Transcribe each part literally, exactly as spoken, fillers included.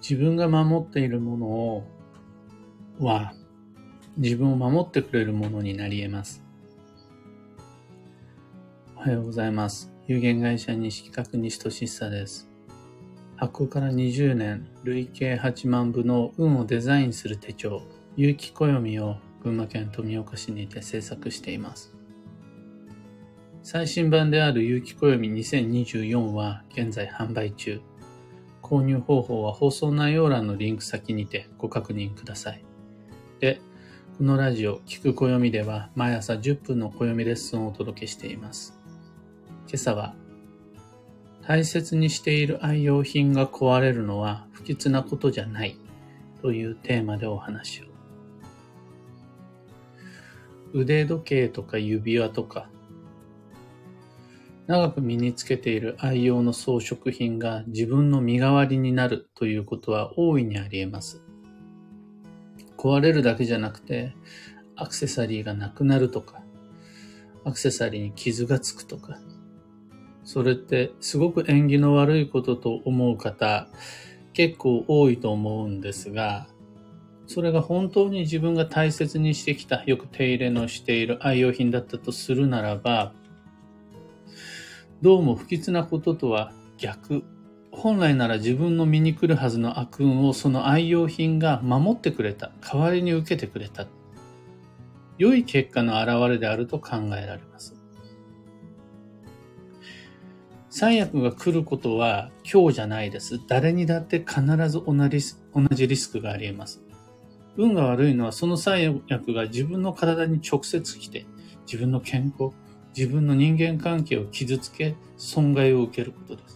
自分が守っているものをは自分を守ってくれるものになり得ます。おはようございます。有限会社西企画西俊久です。発行からにじゅうねん、累計はちまんぶの運をデザインする手帳、有機暦を群馬県富岡市にて制作しています。最新版である有機暦にせんにじゅうよんは現在販売中。購入方法は放送内容欄のリンク先にてご確認ください。で、このラジオ、聞く暦では毎朝じゅっぷんの暦レッスンをお届けしています。今朝は、大切にしている愛用品が壊れるのは不吉なことじゃないというテーマでお話を。腕時計とか指輪とか、長く身につけている愛用の装飾品が自分の身代わりになるということは大いにあり得ます。壊れるだけじゃなくて、アクセサリーがなくなるとか、アクセサリーに傷がつくとか、それってすごく縁起の悪いことと思う方、結構多いと思うんですが、それが本当に自分が大切にしてきた、よく手入れのしている愛用品だったとするならば、どうも不吉なこととは逆。本来なら自分の身に来るはずの悪運をその愛用品が守ってくれた。代わりに受けてくれた。良い結果の表れであると考えられます。災厄が来ることは今日じゃないです。誰にだって必ず同じ、同じリスクがあり得ます。運が悪いのはその災厄が自分の体に直接来て、自分の健康、自分の人間関係を傷つけ、損害を受けることです。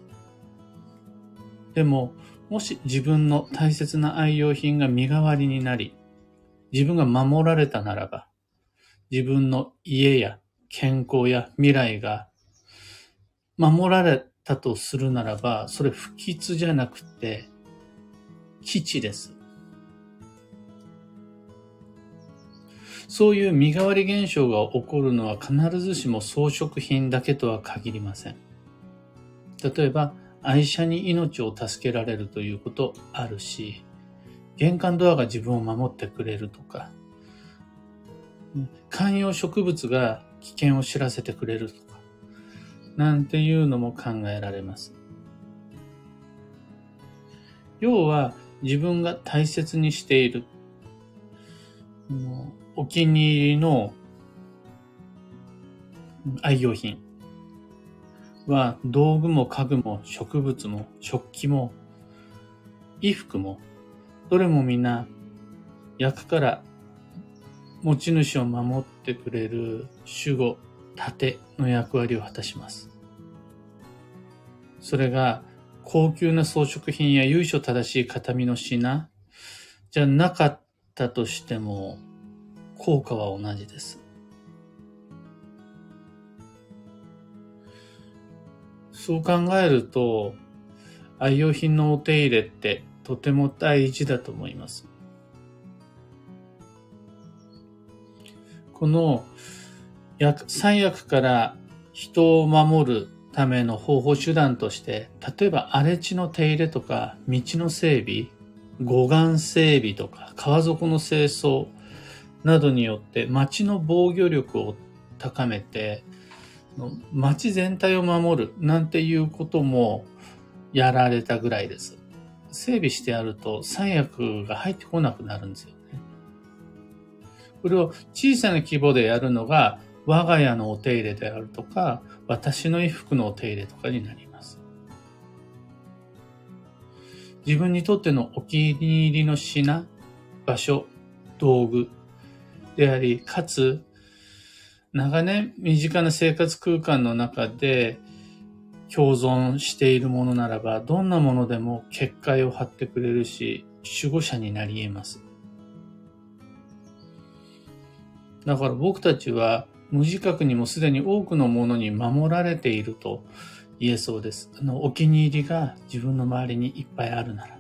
でも、もし自分の大切な愛用品が身代わりになり、自分が守られたならば、自分の家や健康や未来が守られたとするならば、それ不吉じゃなくて、吉です。そういう身代わり現象が起こるのは必ずしも装飾品だけとは限りません。例えば、愛車に命を助けられるということあるし、玄関ドアが自分を守ってくれるとか、観葉植物が危険を知らせてくれるとか、なんていうのも考えられます。要は、自分が大切にしている、お気に入りの愛用品は道具も家具も植物も食器も衣服もどれもみんな厄から持ち主を守ってくれる守護、盾の役割を果たします。それが高級な装飾品や由緒正しい形見の品じゃなかったとしても効果は同じです。そう考えると、愛用品のお手入れってとても大事だと思います。この災厄から人を守るための方法手段として、例えば荒れ地の手入れとか、道の整備、護岸整備とか、川底の清掃、などによって町の防御力を高めて町全体を守るなんていうこともやられたぐらいです。整備してあると災厄が入ってこなくなるんですよね。これを小さな規模でやるのが我が家のお手入れであるとか私の衣服のお手入れとかになります。自分にとってのお気に入りの品、場所、道具であり、かつ、長年身近な生活空間の中で共存しているものならば、どんなものでも結界を張ってくれるし、守護者になり得ます。だから僕たちは無自覚にもすでに多くのものに守られていると言えそうです。あの、お気に入りが自分の周りにいっぱいあるなら。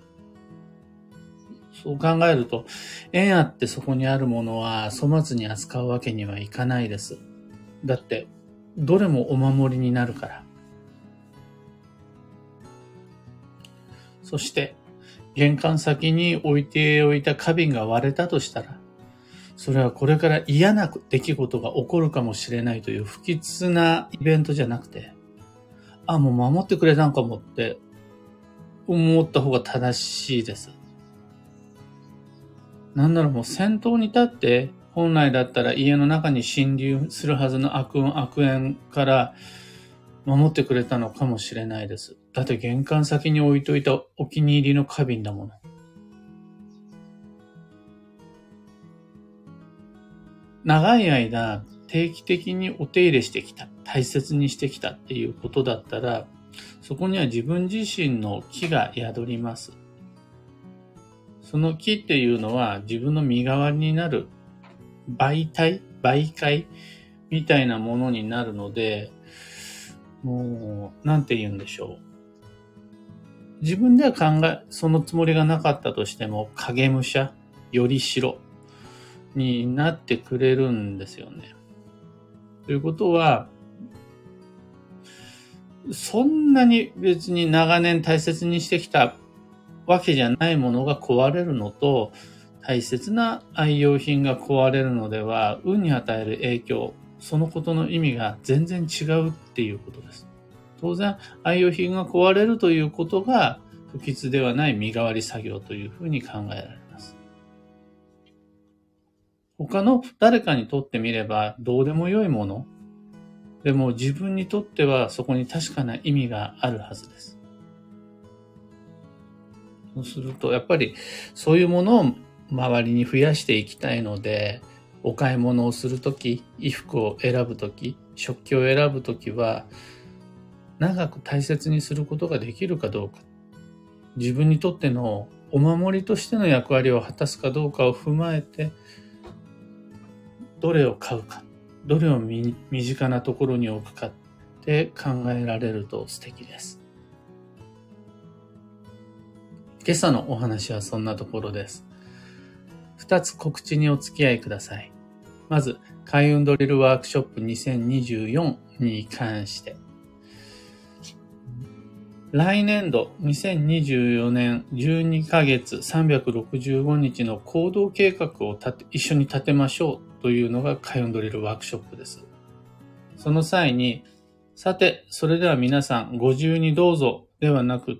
そう考えると、縁あってそこにあるものは粗末に扱うわけにはいかないです。だって、どれもお守りになるから。そして、 玄関先に置いておいた花瓶が割れたとしたら、それはこれから嫌な出来事が起こるかもしれないという不吉なイベントじゃなくて、あ、もう守ってくれたんかもって思った方が正しいです。なんならもう先頭に立って、本来だったら家の中に侵入するはずの悪運悪縁から守ってくれたのかもしれないです。だって玄関先に置いといたお気に入りの花瓶だもの。長い間定期的にお手入れしてきた、大切にしてきたっていうことだったら、そこには自分自身の気が宿ります。その気っていうのは自分の身代わりになる媒体、媒介みたいなものになるので、もう、なんて言うんでしょう。自分では考え、そのつもりがなかったとしても、影武者、よりしろになってくれるんですよね。ということは、そんなに別に長年大切にしてきたわけじゃないものが壊れるのと、大切な愛用品が壊れるのでは、運に与える影響、そのことの意味が全然違うっていうことです。当然、愛用品が壊れるということが不吉ではない身代わり作業というふうに考えられます。他の誰かにとってみればどうでもよいもの、でも自分にとってはそこに確かな意味があるはずです。そうすると、やっぱりそういうものを周りに増やしていきたいので、お買い物をするとき、衣服を選ぶとき、食器を選ぶときは、長く大切にすることができるかどうか、自分にとってのお守りとしての役割を果たすかどうかを踏まえて、どれを買うか、どれを身近なところに置くかって考えられると素敵です。今朝のお話はそんなところです。二つ告知にお付き合いください。まず、開運ドリルワークショップにせんにじゅうよんに関して、来年度にせんにじゅうよねんじゅうにかげつさんびゃくろくじゅうごにちの行動計画を立て一緒に立てましょうというのが開運ドリルワークショップです。その際に、さて、それでは皆さんご自由にどうぞではなくって、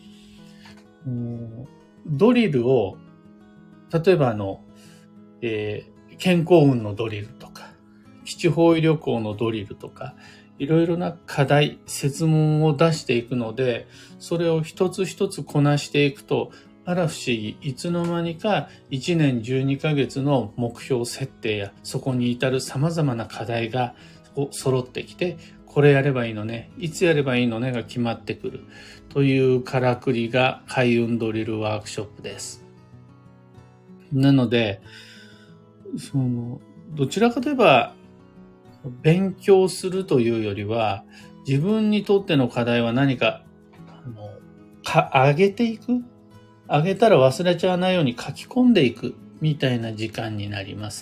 ドリルを、例えばあの、えー、健康運のドリルとか、基地方位旅行のドリルとか、いろいろな課題、設問を出していくので、それを一つ一つこなしていくと、あら不思議、いつの間にかいちねんじゅうにかげつの目標設定や、そこに至る様々な課題が揃ってきて、これやればいいのね、いつやればいいのねが決まってくるというからくりが開運ドリルワークショップです。なので、そのどちらかといえば勉強するというよりは、自分にとっての課題は何か、あの、か、上げていく？上げたら忘れちゃわないように書き込んでいくみたいな時間になります。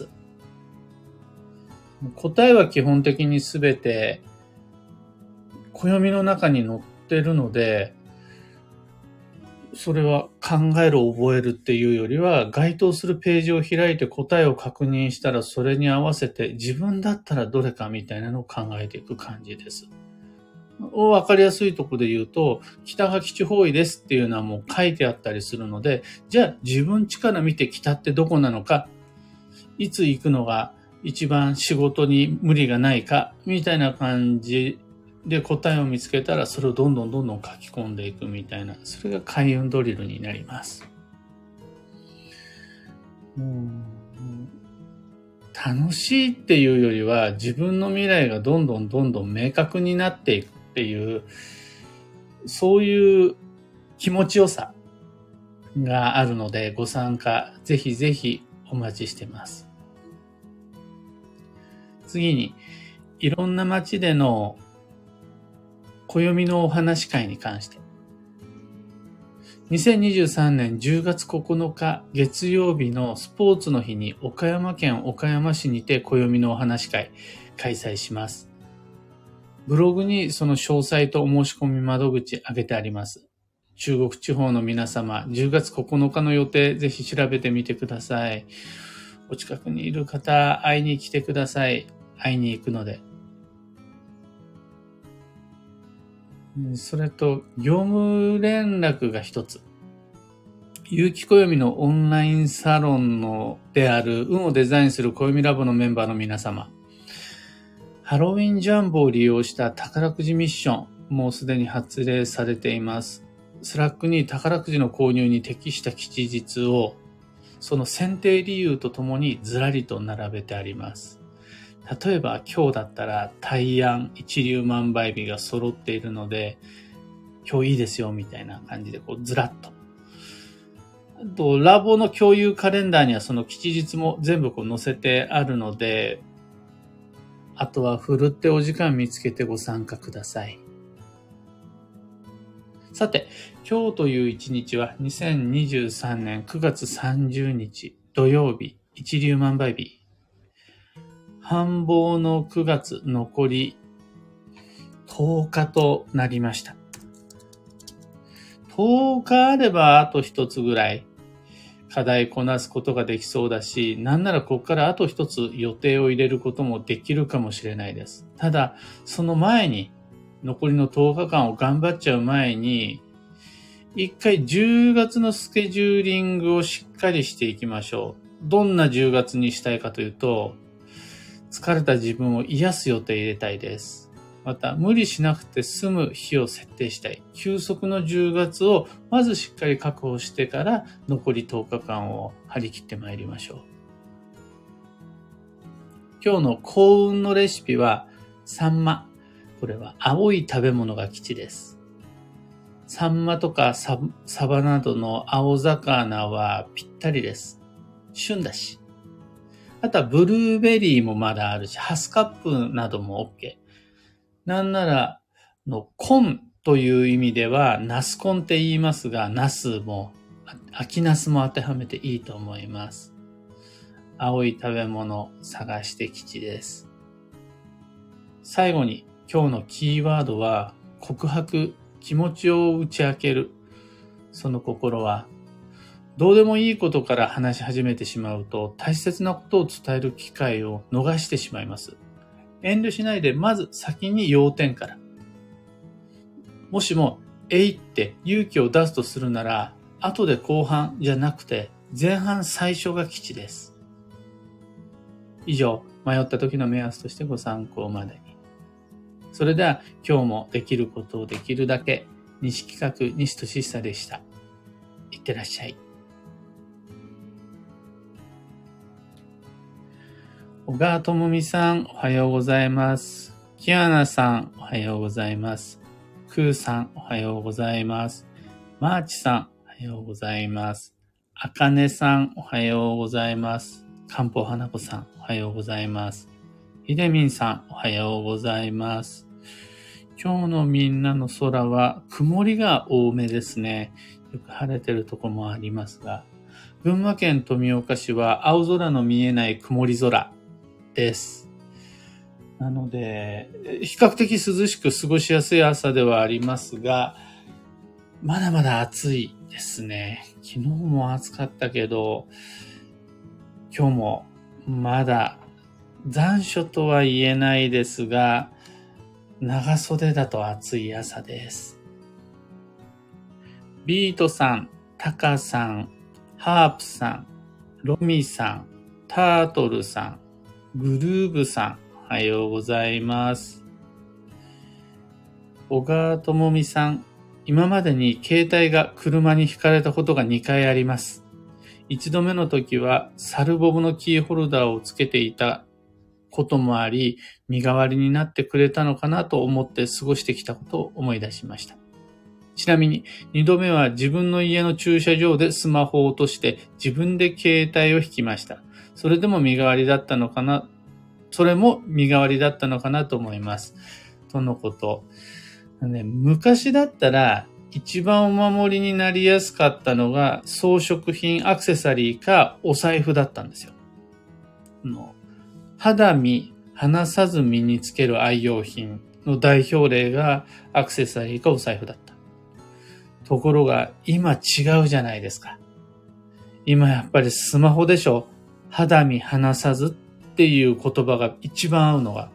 答えは基本的にすべて暦の中に載ってるので、それは考える覚えるっていうよりは、該当するページを開いて答えを確認したら、それに合わせて自分だったらどれかみたいなのを考えていく感じです。わかりやすいところで言うと、北が基地方位ですっていうのはもう書いてあったりするので、じゃあ自分家から見て北ってどこなのか、いつ行くのが一番仕事に無理がないか、みたいな感じで答えを見つけたら、それをどんどんどんどん書き込んでいくみたいな、それが開運ドリルになります。うん楽しいっていうよりは、自分の未来がどんどんどんどん明確になっていくっていう、そういう気持ちよさがあるので、ご参加ぜひぜひお待ちしてます。次に、いろんな街での暦のお話会に関して。にせんにじゅうさんねんじゅうがつここのか月曜日のスポーツの日に岡山県岡山市にて暦のお話会開催します。ブログにその詳細とお申し込み窓口挙げてあります。 中国地方の皆様、じゅうがつここのかの予定、ぜひ調べてみてください。お近くにいる方、会いに来てください。会いに行くので。それと、業務連絡が一つ。有機暦のオンラインサロンのである運をデザインする暦ラボのメンバーの皆様。ハロウィンジャンボを利用した宝くじミッション、もうすでに発令されています。スラックに宝くじの購入に適した吉日を、その選定理由とともにずらりと並べてあります。例えば今日だったら大安一粒万倍日が揃っているので、今日いいですよみたいな感じでこうずらっと。あとラボの共有カレンダーにはその吉日も全部こう載せてあるので、あとはふるってお時間見つけてご参加ください。さて、今日という一日はにせんにじゅうさんねんくがつさんじゅうにち土曜日、一粒万倍日。繁忙のくがつ残りとおかとなりました。とおかあればあと一つぐらい課題こなすことができそうだし、なんならここからあと一つ予定を入れることもできるかもしれないです。ただ、その前に、残りのとおかかんを頑張っちゃう前に、一回じゅうがつのスケジューリングをしっかりしていきましょう。どんなじゅうがつにしたいかというと、疲れた自分を癒す予定入れたいです。また、無理しなくて済む日を設定したい。休息のじゅうがつをまずしっかり確保してから残りとおかかんを張り切ってまいりましょう。今日の幸運のレシピはサンマ。これは青い食べ物が吉です。サンマとかサ、サバなどの青魚はぴったりです。旬だし。あとはブルーベリーもまだあるし、ハスカップなども OK。なんなら、の、根という意味では、ナス根って言いますが、ナスも、秋ナスも当てはめていいと思います。青い食べ物、探して吉です。最後に、今日のキーワードは、告白、気持ちを打ち明ける。その心は、どうでもいいことから話し始めてしまうと、大切なことを伝える機会を逃してしまいます。遠慮しないで、まず先に要点から。もしも、えいって勇気を出すとするなら、後で後半じゃなくて、前半最初が吉です。以上、迷った時の目安としてご参考までに。それでは、今日もできることをできるだけ、西企画西俊久でした。いってらっしゃい。小川智美さん、おはようございます。キアナさん、おはようございます。クーさん、おはようございます。マーチさん、おはようございます。あかねさん、おはようございます。かんぽうはなこさん、おはようございます。ひでみんさん、おはようございます。今日のみんなの空は曇りが多めですね。よく晴れてるとこもありますが、群馬県富岡市は青空の見えない曇り空です。なので、比較的涼しく過ごしやすい朝ではありますが、まだまだ暑いですね。昨日も暑かったけど、今日もまだ残暑とは言えないですが、長袖だと暑い朝です。ビートさん、タカさん、ハープさん、ロミさん、タートルさん、グルーブさん、おはようございます。小川智美さん、今までに携帯が車にひかれたことがにかいあります。一度目の時はサルボブのキーホルダーをつけていたこともあり、身代わりになってくれたのかなと思って過ごしてきたことを思い出しました。ちなみに二度目は自分の家の駐車場でスマホを落として自分で携帯を引きました。それでも身代わりだったのかな、それも身代わりだったのかなと思います。とのこと。ね、昔だったら一番お守りになりやすかったのが装飾品、アクセサリーかお財布だったんですよ。の肌身離さず身につける愛用品の代表例がアクセサリーかお財布だった。 ところが今違うじゃないですか。今やっぱりスマホでしょ。肌身離さずっていう言葉が一番合うのが。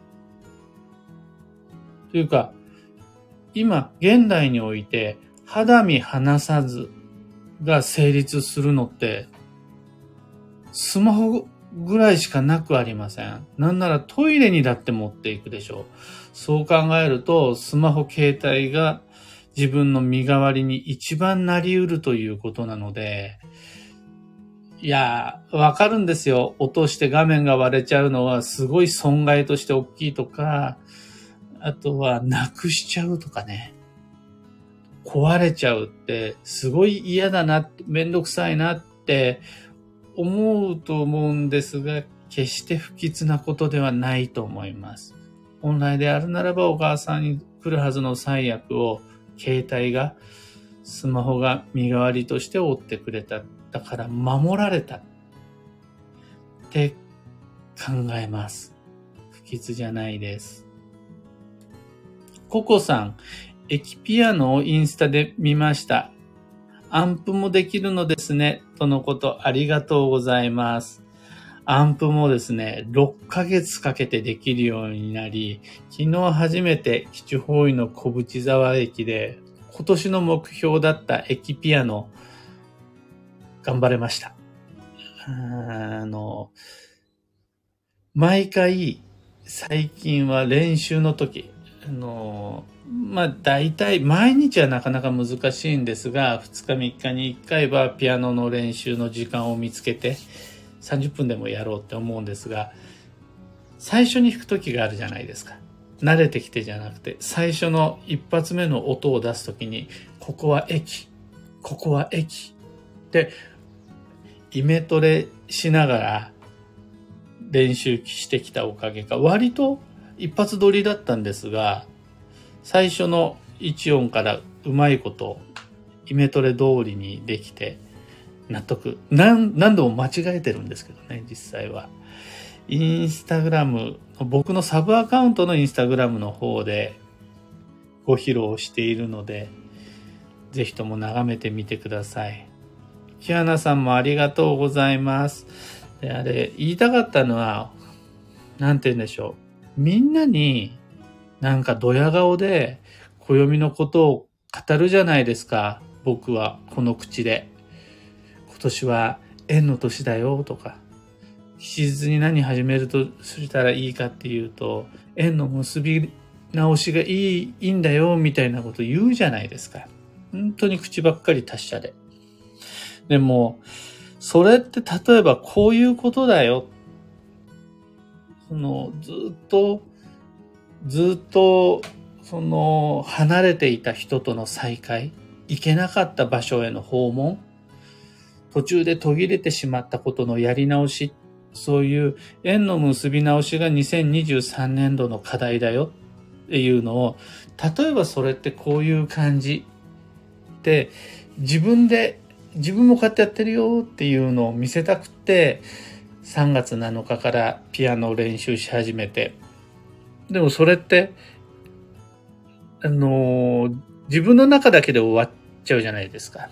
というか、今現代において肌身離さずが成立するのってスマホぐらいしかなくありません。なんならトイレにだって持っていくでしょう。そう考えるとスマホ携帯が自分の身代わりに一番なり得るということなので、いや、わかるんですよ。落として画面が割れちゃうのはすごい損害として大きいとか、あとはなくしちゃうとかね。壊れちゃうってすごい嫌だな、めんどくさいなって思うと思うんですが、決して不吉なことではないと思います。本来であるならばお母さんに来るはずの災悪を携帯が、スマホが身代わりとして負ってくれた。だから守られたって考えます。不吉じゃないです。ココさん、駅ピアノをインスタで見ました。アンプもできるのですね。とのこと、ありがとうございます。アンプもですね、ろっかげつかけてできるようになり、昨日初めて基地方位の小淵沢駅で、今年の目標だった駅ピアノ、頑張れました。あの、毎回、最近は練習の時、あの、まあ大体毎日はなかなか難しいんですが、ふつかみっかにいっかいはピアノの練習の時間を見つけてさんじゅっぷんでもやろうって思うんですが、最初に弾く時があるじゃないですか。慣れてきてじゃなくて、最初の一発目の音を出す時に、ここは駅、ここは駅ってイメトレしながら練習してきたおかげか、割と一発撮りだったんですが、最初の一音からうまいことイメトレ通りにできて納得。何、何度も間違えてるんですけどね、実際は。インスタグラム、僕のサブアカウントのインスタグラムの方でご披露しているので、ぜひとも眺めてみてください。キアナさんもありがとうございます。で、あれ、言いたかったのは、なんて言うんでしょう。みんなになんかドヤ顔で暦のことを語るじゃないですか。僕はこの口で。今年は縁の年だよとか。吉日に何始めるとしたらいいかっていうと、縁の結び直しがいい、いいんだよみたいなこと言うじゃないですか。本当に口ばっかり達者で。でも、それって例えばこういうことだよ。そのずっとずっとその離れていた人との再会、行けなかった場所への訪問、途中で途切れてしまったことのやり直し、そういう縁の結び直しがにせんにじゅうさんねんどの課題だよっていうのを、例えばそれってこういう感じって自分で自分もこうやってやってるよっていうのを見せたくてさんがつなのかからピアノを練習し始めて、でもそれってあの自分の中だけで終わっちゃうじゃないですか。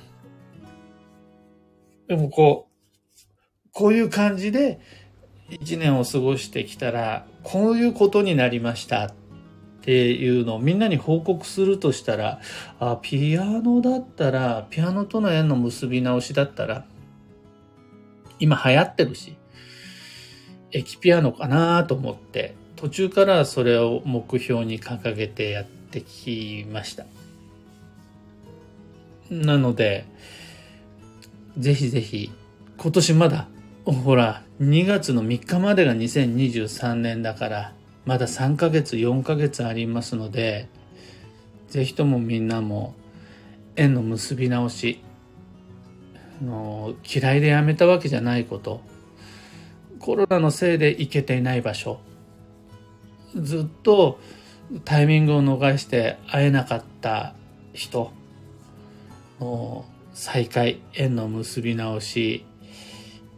でもこうこういう感じで一年を過ごしてきたらこういうことになりましたっていうのをみんなに報告するとしたら、あ、ピアノだったらピアノとの縁の結び直しだったら今流行ってるし駅ピアノかなと思って途中からそれを目標に掲げてやってきました。なのでぜひぜひ今年まだほらにがつのみっかまでがにせんにじゅうさんねんだからまださんかげつよんかげつありますので、ぜひともみんなも縁の結び直しの嫌いでやめたわけじゃないこと、コロナのせいで行けていない場所、ずっとタイミングを逃して会えなかった人の再会、縁の結び直し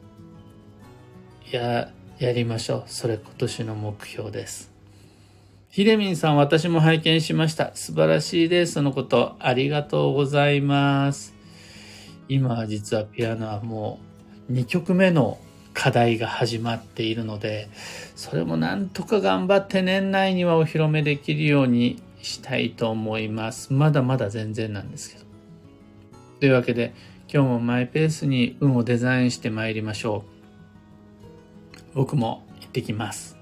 ややりましょう。それ今年の目標です。 ひでみんさん、私も拝見しました。素晴らしいです。そのこと、ありがとうございます。今は実はピアノはもうにきょくめの課題が始まっているので、それもなんとか頑張って年内にはお披露目できるようにしたいと思います。まだまだ全然なんですけど。というわけで、今日もマイペースに運をデザインしてまいりましょう。僕も行ってきます。